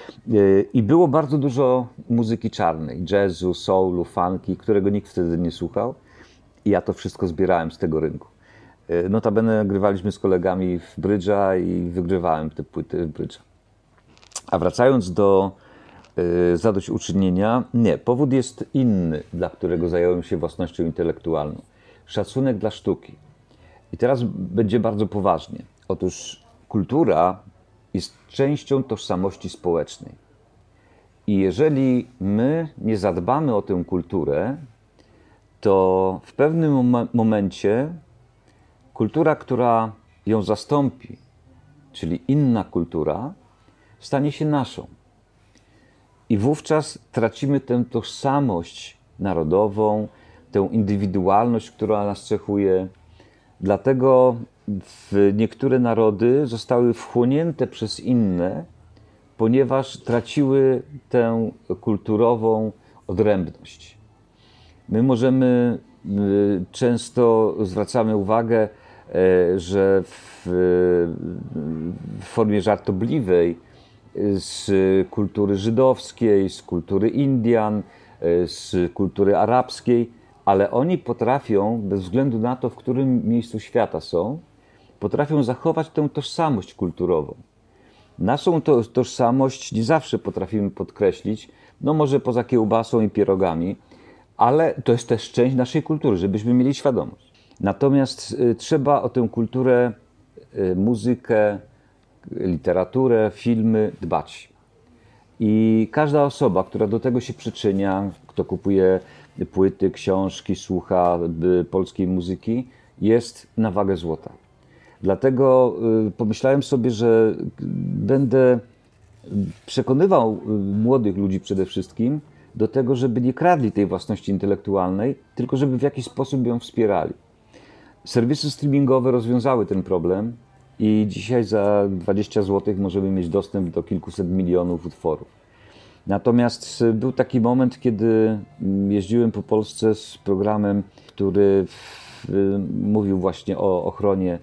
I było bardzo dużo muzyki czarnej, jazzu, soulu, funky, którego nikt wtedy nie słuchał. I ja to wszystko zbierałem z tego rynku. Notabene grywaliśmy z kolegami w brydża i wygrywałem te płyty w brydża. A wracając do y, zadośćuczynienia, nie, powód jest inny, dla którego zająłem się własnością intelektualną. Szacunek dla sztuki. I teraz będzie bardzo poważnie. Otóż kultura jest częścią tożsamości społecznej. I jeżeli my nie zadbamy o tę kulturę, to w pewnym mom- momencie kultura, która ją zastąpi, czyli inna kultura, stanie się naszą. I wówczas tracimy tę tożsamość narodową, tę indywidualność, która nas cechuje. Dlatego w niektóre narody zostały wchłonięte przez inne, ponieważ traciły tę kulturową odrębność. My możemy, często zwracamy uwagę, że w, w formie żartobliwej z kultury żydowskiej, z kultury Indian, z kultury arabskiej, ale oni potrafią, bez względu na to, w którym miejscu świata są, potrafią zachować tę tożsamość kulturową. Naszą to, tożsamość nie zawsze potrafimy podkreślić, no może poza kiełbasą i pierogami, ale to jest też część naszej kultury, żebyśmy mieli świadomość. Natomiast y, trzeba o tę kulturę, y, muzykę, literaturę, filmy dbać. I każda osoba, która do tego się przyczynia, kto kupuje płyty, książki, słucha polskiej muzyki, jest na wagę złota. Dlatego pomyślałem sobie, że będę przekonywał młodych ludzi przede wszystkim do tego, żeby nie kradli tej własności intelektualnej, tylko żeby w jakiś sposób ją wspierali. Serwisy streamingowe rozwiązały ten problem i dzisiaj za dwadzieścia złotych możemy mieć dostęp do kilkuset milionów utworów. Natomiast był taki moment, kiedy jeździłem po Polsce z programem, który mówił właśnie o ochronie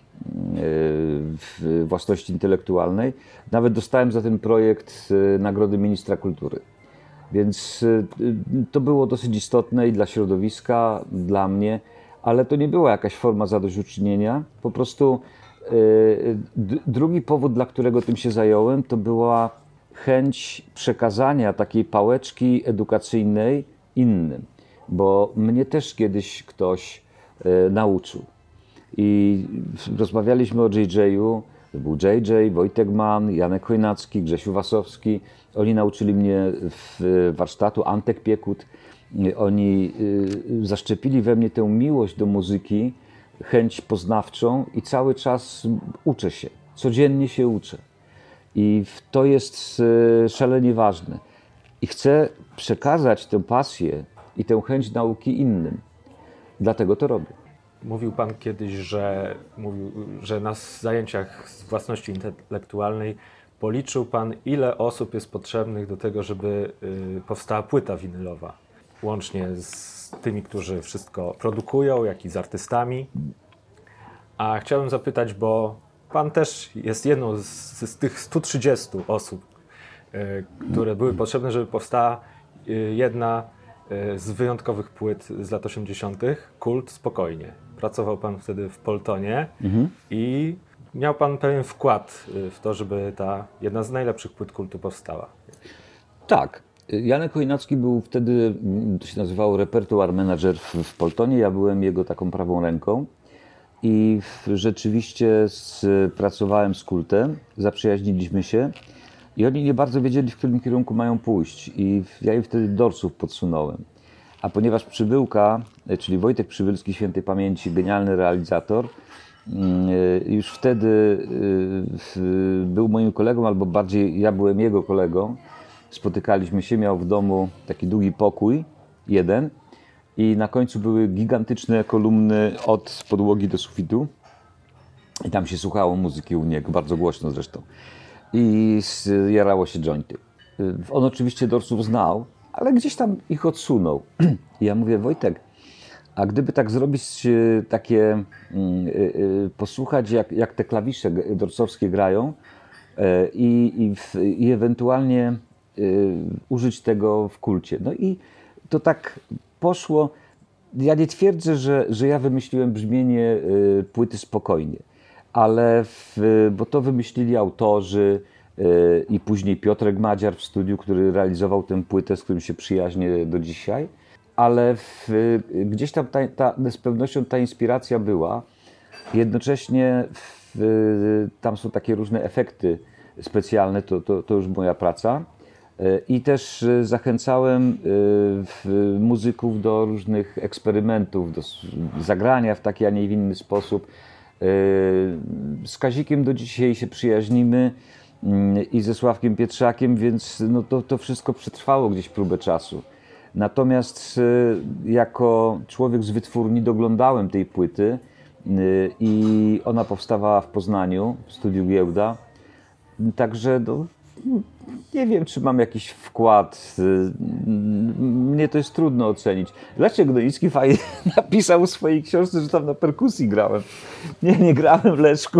własności intelektualnej. Nawet dostałem za ten projekt Nagrody Ministra Kultury. Więc to było dosyć istotne i dla środowiska, dla mnie, ale to nie była jakaś forma zadośćuczynienia. Po prostu drugi powód, dla którego tym się zająłem, to była chęć przekazania takiej pałeczki edukacyjnej innym. Bo mnie też kiedyś ktoś nauczył. I rozmawialiśmy o dżej dżeju, to był dżej dżej, Wojtek Mann, Janek Chojnacki, Grzesiu Wasowski. Oni nauczyli mnie w warsztatu, Antek Piekut. Oni zaszczepili we mnie tę miłość do muzyki, chęć poznawczą i cały czas uczę się, codziennie się uczę. I to jest szalenie ważne. I chcę przekazać tę pasję i tę chęć nauki innym. Dlatego to robię. Mówił Pan kiedyś, że, mówił, że na zajęciach z własności intelektualnej policzył Pan, ile osób jest potrzebnych do tego, żeby powstała płyta winylowa. Łącznie z tymi, którzy wszystko produkują, jak i z artystami. A chciałem zapytać, bo Pan też jest jedną z, z tych stu trzydziestu osób, które były potrzebne, żeby powstała jedna z wyjątkowych płyt z lat osiemdziesiątych. Kult Spokojnie. Pracował Pan wtedy w Poltonie mhm. i miał Pan pewien wkład w to, żeby ta jedna z najlepszych płyt kultu powstała. Tak. Janek Chojnacki był wtedy, to się nazywało repertuar manager w, w Poltonie. Ja byłem jego taką prawą ręką i rzeczywiście z, pracowałem z Kultem, zaprzyjaźniliśmy się i oni nie bardzo wiedzieli, w którym kierunku mają pójść i ja im wtedy dorsów podsunąłem. A ponieważ Przybyłka, czyli Wojtek Przybylski, świętej pamięci, genialny realizator, już wtedy był moim kolegą, albo bardziej ja byłem jego kolegą. Spotykaliśmy się, miał w domu taki długi pokój, jeden, i na końcu były gigantyczne kolumny od podłogi do sufitu. I tam się słuchało muzyki u niego, bardzo głośno zresztą. I jarało się jointy. On oczywiście dorsów znał, ale gdzieś tam ich odsunął. I ja mówię, Wojtek, a gdyby tak zrobić takie, posłuchać jak, jak te klawisze dorsowskie grają i, i, i ewentualnie użyć tego w kulcie. No i to tak poszło. Ja nie twierdzę, że, że ja wymyśliłem brzmienie płyty Spokojnie, ale w, bo to wymyślili autorzy i później Piotrek Madziar w studiu, który realizował tę płytę, z którym się przyjaźnię do dzisiaj, ale w, gdzieś tam ta, ta, z pewnością ta inspiracja była. Jednocześnie w, tam są takie różne efekty specjalne, to, to, to już moja praca. I też zachęcałem muzyków do różnych eksperymentów, do zagrania w taki, a nie w inny sposób. Z Kazikiem do dzisiaj się przyjaźnimy i ze Sławkiem Pietrzakiem, więc no to, to wszystko przetrwało gdzieś próbę czasu. Natomiast jako człowiek z wytwórni doglądałem tej płyty i ona powstawała w Poznaniu, w studiu Giełda. Także no, nie wiem, czy mam jakiś wkład. Mnie to jest trudno ocenić. Leszek Gnoicki fajnie napisał w swojej książce, że tam na perkusji grałem. Nie, nie grałem, Leszku.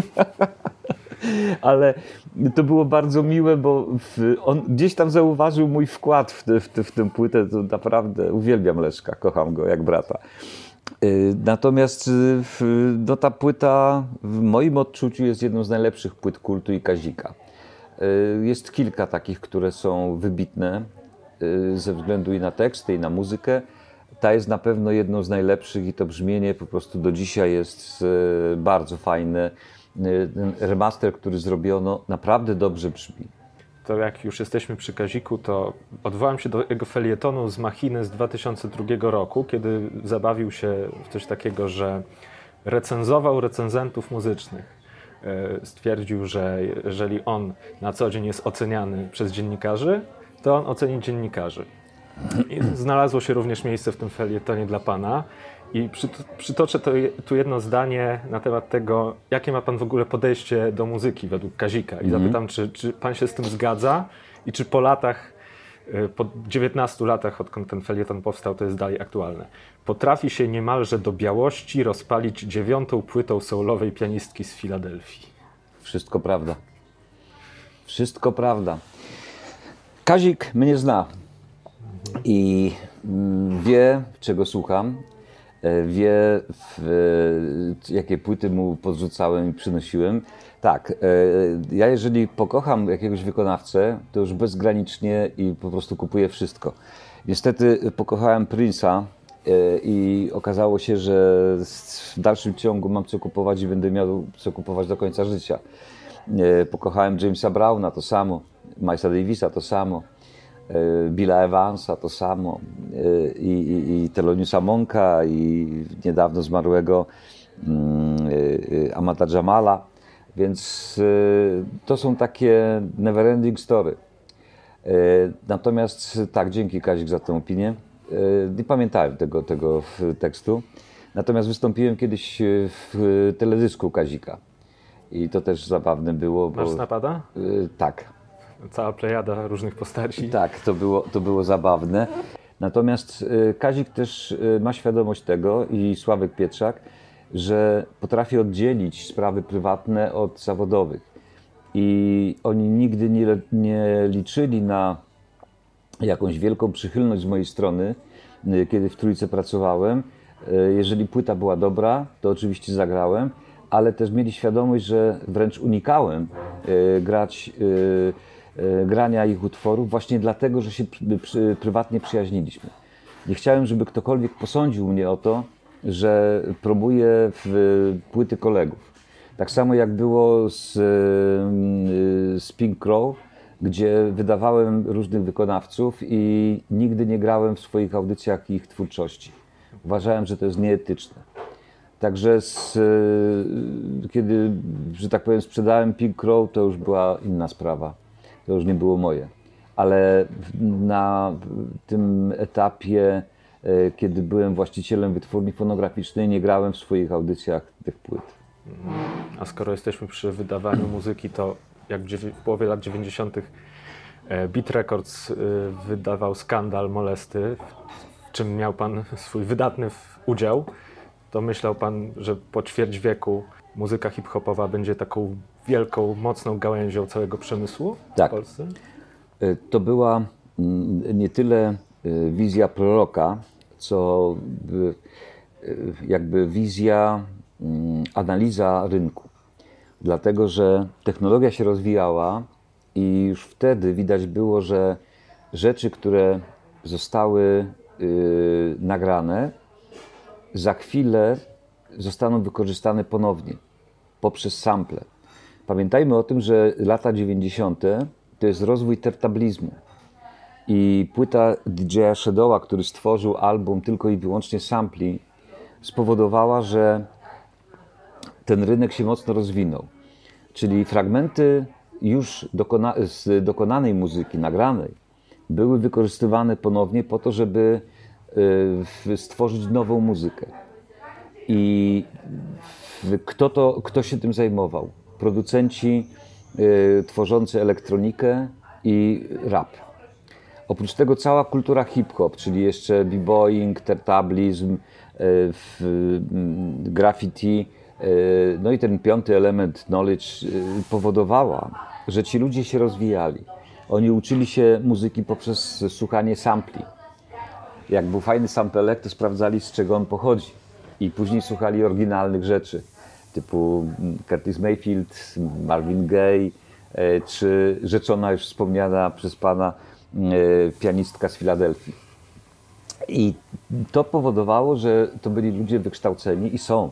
Ale to było bardzo miłe, bo on gdzieś tam zauważył mój wkład w, te, w, te, w tę płytę. To naprawdę uwielbiam Leszka, kocham go jak brata. Natomiast no, ta płyta w moim odczuciu jest jedną z najlepszych płyt kultu i Kazika. Jest kilka takich, które są wybitne ze względu i na teksty, i na muzykę. Ta jest na pewno jedną z najlepszych i to brzmienie po prostu do dzisiaj jest bardzo fajne. Ten remaster, który zrobiono, naprawdę dobrze brzmi. to jak już jesteśmy przy Kaziku, to odwołam się do jego felietonu z Machiny z dwa tysiące drugiego roku, kiedy zabawił się w coś takiego, że recenzował recenzentów muzycznych. Stwierdził, że jeżeli on na co dzień jest oceniany przez dziennikarzy, to on oceni dziennikarzy. I znalazło się również miejsce w tym felietonie dla pana. I przytoczę to, tu jedno zdanie na temat tego, jakie ma pan w ogóle podejście do muzyki według Kazika. I zapytam, czy, czy pan się z tym zgadza i czy po latach, po dziewiętnastu latach, odkąd ten felieton powstał, to jest dalej aktualne. Potrafi się niemalże do białości rozpalić dziewiątą płytą soulowej pianistki z Filadelfii. Wszystko prawda. Wszystko prawda. Kazik mnie zna i wie, czego słucham. Wie, w, jakie płyty mu podrzucałem i przynosiłem. Tak, ja jeżeli pokocham jakiegoś wykonawcę, to już bezgranicznie i po prostu kupuję wszystko. Niestety pokochałem Prince'a i okazało się, że w dalszym ciągu mam co kupować i będę miał co kupować do końca życia. Pokochałem Jamesa Browna, to samo. Milesa Davisa, to samo. Billa Evansa, to samo. I, i, i Theloniousa Monka, i niedawno zmarłego Amata Jamala. Więc to są takie never-ending story. Natomiast tak, dzięki Kazik za tę opinię. Nie pamiętałem tego, tego tekstu. Natomiast wystąpiłem kiedyś w teledysku Kazika. I to też zabawne było. Masz bo, Snapada? y, tak. Cała plejada różnych postaci. Tak, to było, to było zabawne. Natomiast y, Kazik też y, ma świadomość tego, i Sławek Pietrzak, że potrafi oddzielić sprawy prywatne od zawodowych. I oni nigdy nie, nie liczyli na jakąś wielką przychylność z mojej strony, y, kiedy w Trójce pracowałem. Y, jeżeli płyta była dobra, to oczywiście zagrałem, ale też mieli świadomość, że wręcz unikałem y, grać, y, y, grania ich utworów właśnie dlatego, że się przy, przy, prywatnie przyjaźniliśmy. Nie chciałem, żeby ktokolwiek posądził mnie o to, że promuję w płyty kolegów. Tak samo jak było z, y, z Pink Crow, gdzie wydawałem różnych wykonawców i nigdy nie grałem w swoich audycjach ich twórczości. Uważałem, że to jest nieetyczne. Także z, kiedy, że tak powiem, sprzedałem Pink Crow, to już była inna sprawa. To już nie było moje. Ale na tym etapie, kiedy byłem właścicielem wytwórni fonograficznej, nie grałem w swoich audycjach tych płyt. A skoro jesteśmy przy wydawaniu muzyki, to jak w połowie lat dziewięćdziesiątych Beat Records wydawał Skandal Molesty, w czym miał pan swój wydatny udział, to myślał pan, że po ćwierć wieku muzyka hip-hopowa będzie taką wielką, mocną gałęzią całego przemysłu tak. w Polsce? To była nie tyle wizja proroka, co jakby wizja, analiza rynku. Dlatego, że technologia się rozwijała i już wtedy widać było, że rzeczy, które zostały nagrane, za chwilę zostaną wykorzystane ponownie poprzez sample. Pamiętajmy o tym, że lata dziewięćdziesiąte to jest rozwój tertablizmu i płyta D J Shadowa, który stworzył album tylko i wyłącznie sampli, spowodowała, że ten rynek się mocno rozwinął. Czyli fragmenty już dokona z dokonanej muzyki, nagranej, były wykorzystywane ponownie po to, żeby stworzyć nową muzykę. I kto, to, kto się tym zajmował? Producenci y, tworzący elektronikę i rap. Oprócz tego cała kultura hip-hop, czyli jeszcze b-boying, tertablizm, y, y, graffiti, y, no i ten piąty element knowledge y, powodowała, że ci ludzie się rozwijali. Oni uczyli się muzyki poprzez słuchanie sampli. Jak był fajny sampelek, to sprawdzali, z czego on pochodzi. I później słuchali oryginalnych rzeczy, typu Curtis Mayfield, Marvin Gaye, czy rzeczona już wspomniana przez pana pianistka z Filadelfii. I to powodowało, że to byli ludzie wykształceni i są.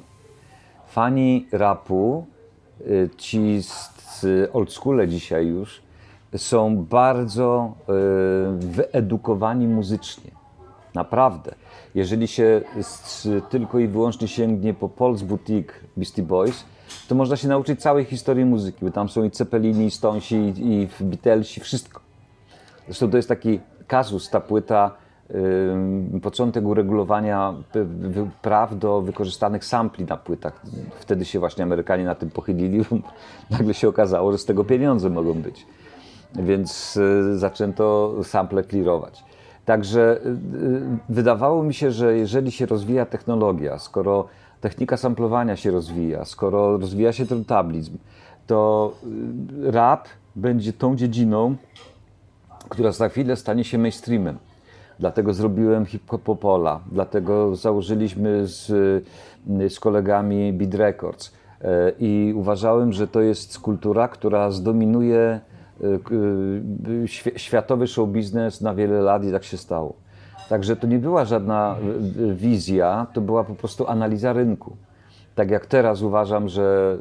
Fani rapu, ci z oldschoole dzisiaj już, są bardzo y, wyedukowani muzycznie. Naprawdę. Jeżeli się z, tylko i wyłącznie sięgnie po Paul's Boutique Beastie Boys, to można się nauczyć całej historii muzyki, bo tam są i Cepelini, i Stonesi, i, i Beatlesi, wszystko. Zresztą to jest taki kazus, ta płyta, yy, początek uregulowania praw do wykorzystanych sampli na płytach. Wtedy się właśnie Amerykanie na tym pochylili, nagle się okazało, że z tego pieniądze mogą być. Więc yy, zaczęto sample clearować. Także yy, wydawało mi się, że jeżeli się rozwija technologia, skoro technika samplowania się rozwija, skoro rozwija się turntablizm, to rap będzie tą dziedziną, która za chwilę stanie się mainstreamem. Dlatego zrobiłem hip-hopola, dlatego założyliśmy z, z kolegami Beat Records i uważałem, że to jest kultura, która zdominuje światowy show biznes na wiele lat i tak się stało. Także to nie była żadna wizja, to była po prostu analiza rynku. Tak jak teraz uważam, że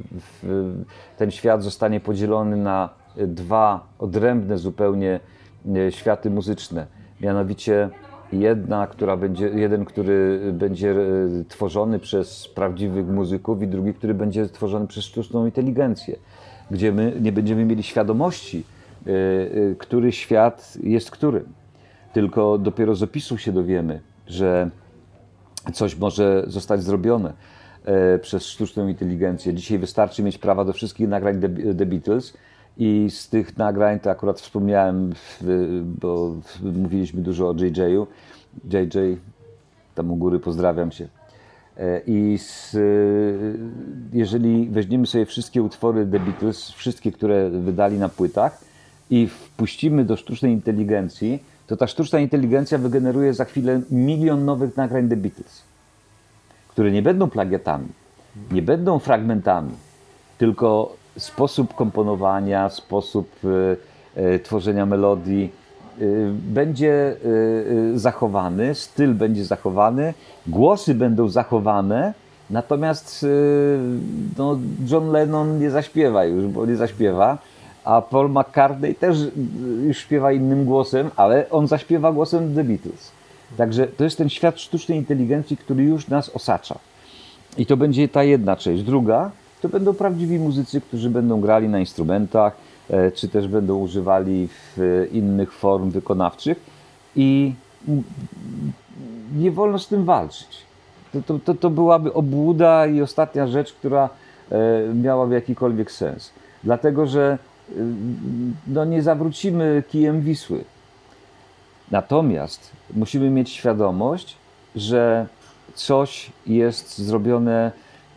ten świat zostanie podzielony na dwa odrębne zupełnie światy muzyczne. Mianowicie jedna, która będzie, jeden, który będzie tworzony przez prawdziwych muzyków i drugi, który będzie tworzony przez sztuczną inteligencję, gdzie my nie będziemy mieli świadomości, który świat jest którym. Tylko dopiero z opisu się dowiemy, że coś może zostać zrobione przez sztuczną inteligencję. Dzisiaj wystarczy mieć prawa do wszystkich nagrań The Beatles i z tych nagrań, to akurat wspomniałem, bo mówiliśmy dużo o J J-u. J J, tam u góry pozdrawiam cię. I z, jeżeli weźmiemy sobie wszystkie utwory The Beatles, wszystkie, które wydali na płytach i wpuścimy do sztucznej inteligencji, to ta sztuczna inteligencja wygeneruje za chwilę milion nowych nagrań The Beatles, które nie będą plagiatami, nie będą fragmentami, tylko sposób komponowania, sposób e, e, tworzenia melodii e, będzie e, e, zachowany, styl będzie zachowany, głosy będą zachowane, natomiast e, no, John Lennon nie zaśpiewa już, bo nie zaśpiewa, a Paul McCartney też już śpiewa innym głosem, ale on zaśpiewa głosem The Beatles. Także to jest ten świat sztucznej inteligencji, który już nas osacza. I to będzie ta jedna część. Druga, to będą prawdziwi muzycy, którzy będą grali na instrumentach, czy też będą używali w innych form wykonawczych i nie wolno z tym walczyć. To, to, to, to byłaby obłuda i ostatnia rzecz, która miałaby jakikolwiek sens. Dlatego, że no, nie zawrócimy kijem Wisły. Natomiast musimy mieć świadomość, że coś jest zrobione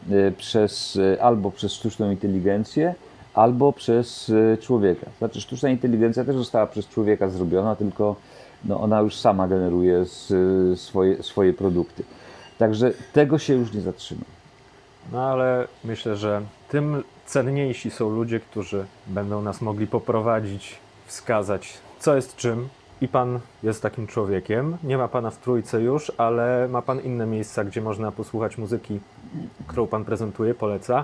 przez, albo przez sztuczną inteligencję, albo przez człowieka. Znaczy sztuczna inteligencja też została przez człowieka zrobiona, tylko no, ona już sama generuje swoje, swoje produkty. Także tego się już nie zatrzyma. No ale myślę, że tym cenniejsi są ludzie, którzy będą nas mogli poprowadzić, wskazać, co jest czym. I pan jest takim człowiekiem. Nie ma pana w Trójce już, ale ma pan inne miejsca, gdzie można posłuchać muzyki, którą pan prezentuje, poleca.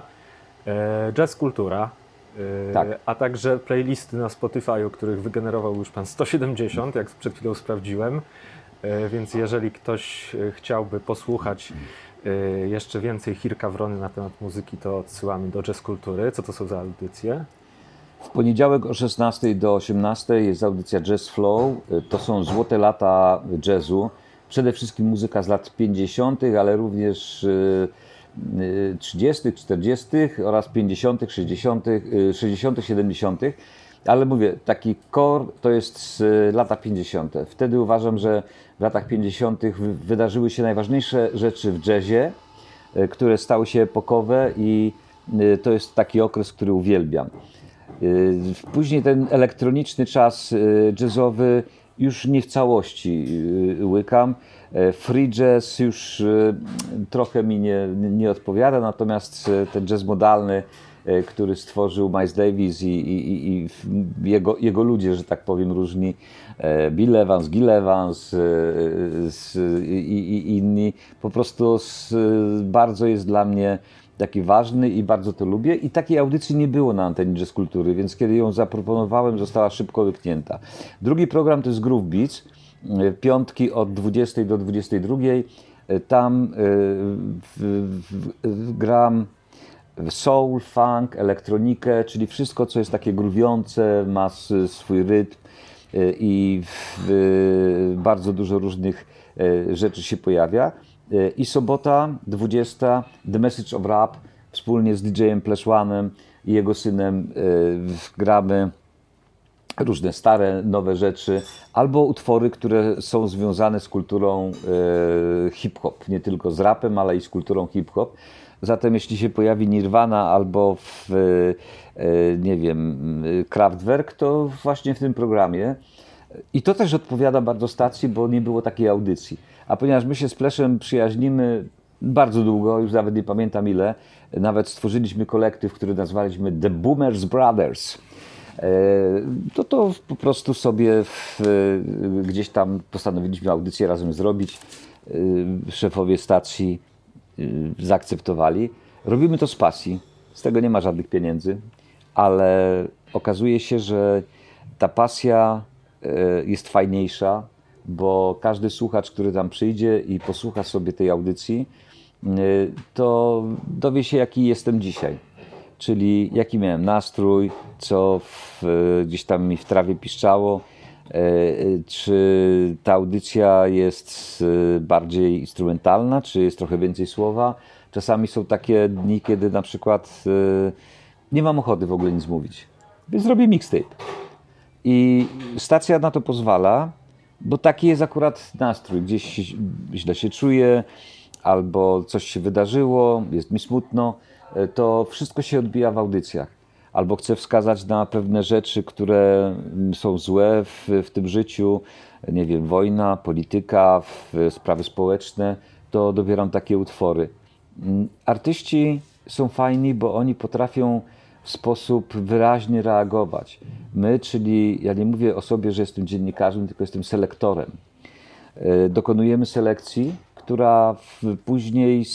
Jazz Kultura, tak. A także playlisty na Spotify'u, których wygenerował już pan sto siedemdziesiąt, jak przed chwilą sprawdziłem. Więc jeżeli ktoś chciałby posłuchać jeszcze więcej Hirka Wrony na temat muzyki, to odsyłamy do Jazz Kultury. Co to są za audycje? W poniedziałek o szesnastej do osiemnastej jest audycja Jazz Flow. To są złote lata jazzu. Przede wszystkim muzyka z lat pięćdziesiątych, ale również trzydziestych, czterdziestych oraz pięćdziesiątych, sześćdziesiątych, sześćdziesiątych, siedemdziesiątych. Ale mówię, taki core to jest lata pięćdziesiąte. Wtedy uważam, że w latach pięćdziesiątych wydarzyły się najważniejsze rzeczy w jazzie, które stały się epokowe i to jest taki okres, który uwielbiam. Później ten elektroniczny czas jazzowy już nie w całości łykam. Free jazz już trochę mi nie, nie odpowiada, natomiast ten jazz modalny, który stworzył Miles Davis i, i, i jego, jego ludzie, że tak powiem, różni, Bill Evans, Gil Evans i, i inni, po prostu bardzo jest dla mnie taki ważny i bardzo to lubię. I takiej audycji nie było na antenie Jazz Kultury, więc kiedy ją zaproponowałem, została szybko wyknięta. Drugi program to jest Groove Beats, piątki od dwudziestej do dwudziestej drugiej. Tam w, w, w, gram soul, funk, elektronikę, czyli wszystko, co jest takie gruwiące, ma swój rytm i w, bardzo dużo różnych rzeczy się pojawia. I sobota, dwudziesta, The Message of Rap, wspólnie z D J-em Plesłanem i jego synem gramy różne stare, nowe rzeczy, albo utwory, które są związane z kulturą hip-hop, nie tylko z rapem, ale i z kulturą hip-hop. Zatem jeśli się pojawi Nirvana albo w, nie wiem, Kraftwerk, to właśnie w tym programie. I to też odpowiada bardzo stacji, bo nie było takiej audycji. A ponieważ my się z Pleszem przyjaźnimy bardzo długo, już nawet nie pamiętam ile, nawet stworzyliśmy kolektyw, który nazwaliśmy The Boomers Brothers. To to po prostu sobie w, gdzieś tam postanowiliśmy audycję razem zrobić. Szefowie stacji zaakceptowali. Robimy to z pasji, z tego nie ma żadnych pieniędzy, ale okazuje się, że ta pasja jest fajniejsza, bo każdy słuchacz, który tam przyjdzie i posłucha sobie tej audycji, to dowie się, jaki jestem dzisiaj. Czyli jaki miałem nastrój, co w, gdzieś tam mi w trawie piszczało, czy ta audycja jest bardziej instrumentalna, czy jest trochę więcej słowa. Czasami są takie dni, kiedy na przykład nie mam ochoty w ogóle nic mówić, więc zrobię mixtape. I stacja na to pozwala, bo taki jest akurat nastrój. Gdzieś źle się czuję, albo coś się wydarzyło, jest mi smutno, to wszystko się odbija w audycjach. Albo chcę wskazać na pewne rzeczy, które są złe w, w tym życiu, nie wiem, wojna, polityka, sprawy społeczne, to dobieram takie utwory. Artyści są fajni, bo oni potrafią w sposób wyraźny reagować. My, czyli ja nie mówię o sobie, że jestem dziennikarzem, tylko jestem selektorem. Dokonujemy selekcji, która później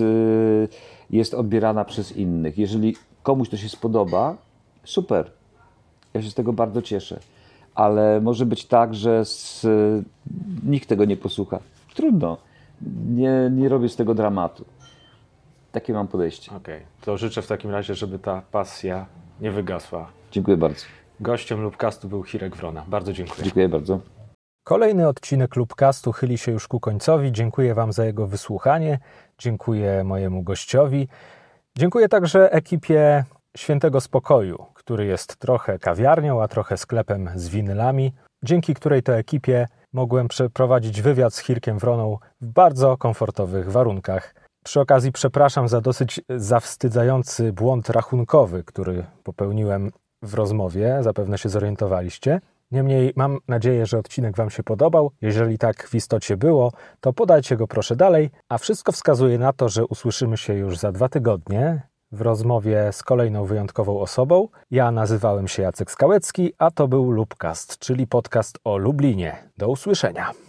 jest odbierana przez innych. Jeżeli komuś to się spodoba, super. Ja się z tego bardzo cieszę. Ale może być tak, że z, nikt tego nie posłucha. Trudno. Nie, nie robię z tego dramatu. Takie mam podejście. Okej, okay. To życzę w takim razie, żeby ta pasja nie wygasła. Dziękuję bardzo. Gościem Lubcastu był Hirek Wrona. Bardzo dziękuję. Dziękuję bardzo. Kolejny odcinek Lubcastu chyli się już ku końcowi. Dziękuję Wam za jego wysłuchanie. Dziękuję mojemu gościowi. Dziękuję także ekipie Świętego Spokoju, który jest trochę kawiarnią, a trochę sklepem z winylami, dzięki której to ekipie mogłem przeprowadzić wywiad z Hirkiem Wroną w bardzo komfortowych warunkach. Przy okazji przepraszam za dosyć zawstydzający błąd rachunkowy, który popełniłem w rozmowie, zapewne się zorientowaliście. Niemniej mam nadzieję, że odcinek Wam się podobał. Jeżeli tak w istocie było, to podajcie go proszę dalej, a wszystko wskazuje na to, że usłyszymy się już za dwa tygodnie w rozmowie z kolejną wyjątkową osobą. Ja nazywałem się Jacek Skałecki, a to był Lubcast, czyli podcast o Lublinie. Do usłyszenia.